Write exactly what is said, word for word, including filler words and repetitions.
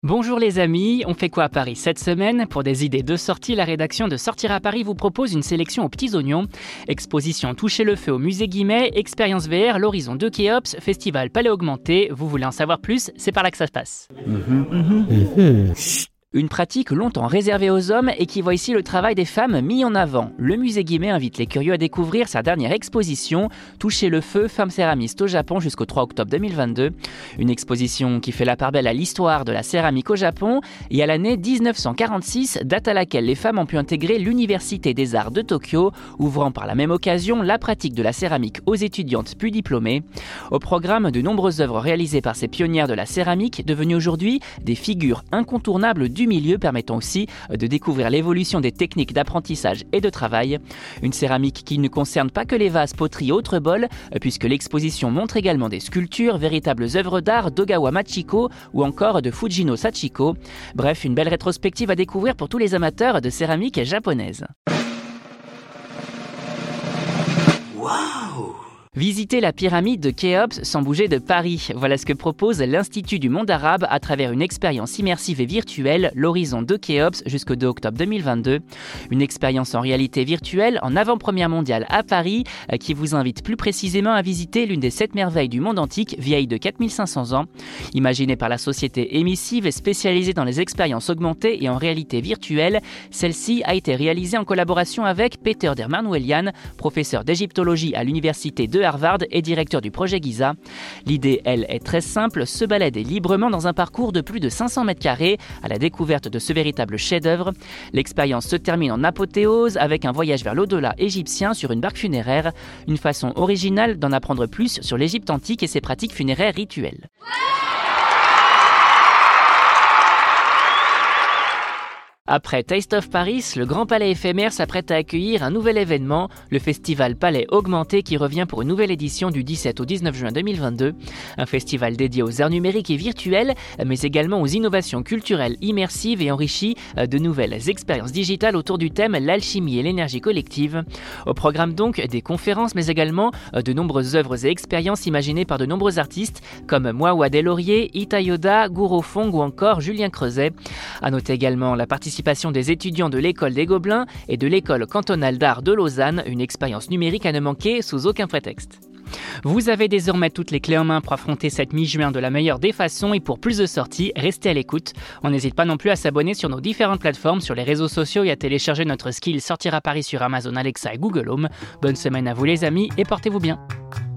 Bonjour les amis, on fait quoi à Paris cette semaine? Pour des idées de sortie, la rédaction de Sortir à Paris vous propose une sélection aux petits oignons. Exposition Toucher le feu au musée Guimet, expérience V R, l'horizon de Khéops, festival Palais Augmenté. Vous voulez en savoir plus? C'est par là que ça se passe. Mmh, mmh, mmh. Une pratique longtemps réservée aux hommes et qui voit ici le travail des femmes mis en avant. Le musée Guimet invite les curieux à découvrir sa dernière exposition, Toucher le feu, femmes céramistes au Japon jusqu'au trois octobre deux mille vingt-deux. Une exposition qui fait la part belle à l'histoire de la céramique au Japon et à l'année dix-neuf cent quarante-six, date à laquelle les femmes ont pu intégrer l'Université des Arts de Tokyo, ouvrant par la même occasion la pratique de la céramique aux étudiantes puis diplômées. Au programme, de nombreuses œuvres réalisées par ces pionnières de la céramique, devenues aujourd'hui des figures incontournables du milieu, permettant aussi de découvrir l'évolution des techniques d'apprentissage et de travail. Une céramique qui ne concerne pas que les vases, poteries et autres bols, puisque l'exposition montre également des sculptures, véritables œuvres d'art d'Ogawa Machiko ou encore de Fujino Sachiko. Bref, une belle rétrospective à découvrir pour tous les amateurs de céramique japonaise. Waouh! Visiter la pyramide de Khéops sans bouger de Paris. Voilà ce que propose l'Institut du monde arabe à travers une expérience immersive et virtuelle, l'horizon de Khéops jusqu'au deux octobre deux mille vingt-deux. Une expérience en réalité virtuelle en avant-première mondiale à Paris qui vous invite plus précisément à visiter l'une des sept merveilles du monde antique, vieille de quatre mille cinq cents ans. Imaginée par la société émissive et spécialisée dans les expériences augmentées et en réalité virtuelle, celle-ci a été réalisée en collaboration avec Peter Dermanwelian, professeur d'égyptologie à l'université de Harvard et directeur du projet Giza. L'idée, elle, est très simple, se balader librement dans un parcours de plus de cinq cents mètres carrés à la découverte de ce véritable chef-d'œuvre. L'expérience se termine en apothéose avec un voyage vers l'au-delà égyptien sur une barque funéraire, une façon originale d'en apprendre plus sur l'Égypte antique et ses pratiques funéraires rituelles. Après Taste of Paris, le Grand Palais éphémère s'apprête à accueillir un nouvel événement, le festival Palais Augmenté qui revient pour une nouvelle édition du dix-sept au dix-neuf juin deux mille vingt-deux. Un festival dédié aux arts numériques et virtuels, mais également aux innovations culturelles immersives et enrichies de nouvelles expériences digitales autour du thème l'alchimie et l'énergie collective. Au programme donc des conférences, mais également de nombreuses œuvres et expériences imaginées par de nombreux artistes comme Mwawa Laurier, Ita Yoda, Guro Fong ou encore Julien Creuset. À noter également la participation des étudiants de l'école des Gobelins et de l'école cantonale d'art de Lausanne, une expérience numérique à ne manquer sous aucun prétexte. Vous avez désormais toutes les clés en main pour affronter cette mi-juin de la meilleure des façons et pour plus de sorties, restez à l'écoute. On n'hésite pas non plus à s'abonner sur nos différentes plateformes, sur les réseaux sociaux et à télécharger notre skill Sortir à Paris sur Amazon Alexa et Google Home. Bonne semaine à vous les amis et portez-vous bien.